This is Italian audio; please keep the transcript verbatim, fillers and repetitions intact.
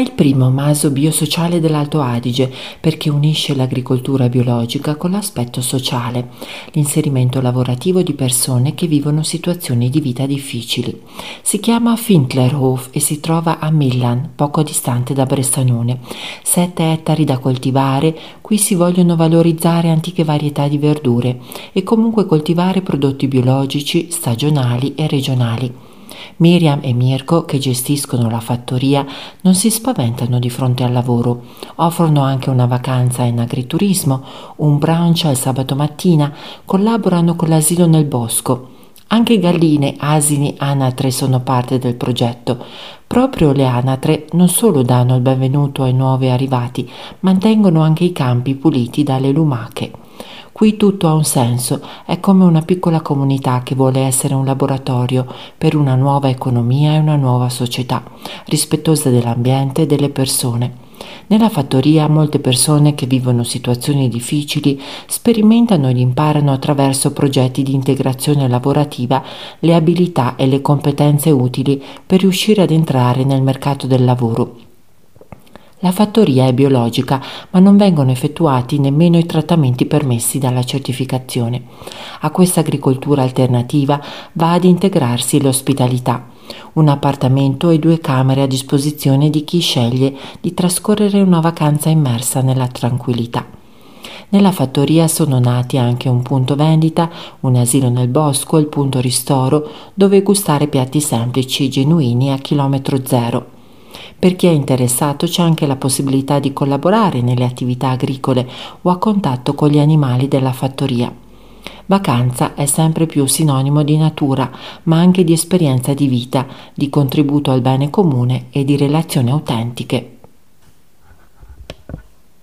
il primo maso biosociale dell'Alto Adige perché unisce l'agricoltura biologica con l'aspetto sociale, l'inserimento lavorativo di persone che vivono situazioni di vita difficili. Si chiama Findlerhof e si trova a Millan, poco distante da Bressanone. Sette ettari da coltivare, qui si vogliono valorizzare antiche varietà di verdure e comunque coltivare prodotti biologici, stagionali e regionali. Miriam e Mirko, che gestiscono la fattoria, non si spaventano di fronte al lavoro. Offrono anche una vacanza in agriturismo, un brunch al sabato mattina, collaborano con l'asilo nel bosco. Anche galline, asini, anatre sono parte del progetto. Proprio le anatre non solo danno il benvenuto ai nuovi arrivati, mantengono anche i campi puliti dalle lumache. Qui tutto ha un senso, è come una piccola comunità che vuole essere un laboratorio per una nuova economia e una nuova società, rispettosa dell'ambiente e delle persone. Nella fattoria molte persone che vivono situazioni difficili sperimentano ed imparano attraverso progetti di integrazione lavorativa le abilità e le competenze utili per riuscire ad entrare nel mercato del lavoro. La fattoria è biologica, ma non vengono effettuati nemmeno i trattamenti permessi dalla certificazione. A questa agricoltura alternativa va ad integrarsi l'ospitalità, un appartamento e due camere a disposizione di chi sceglie di trascorrere una vacanza immersa nella tranquillità. Nella fattoria sono nati anche un punto vendita, un asilo nel bosco e il punto ristoro dove gustare piatti semplici, genuini a chilometro zero. Per chi è interessato c'è anche la possibilità di collaborare nelle attività agricole o a contatto con gli animali della fattoria. Vacanza è sempre più sinonimo di natura, ma anche di esperienza di vita, di contributo al bene comune e di relazioni autentiche.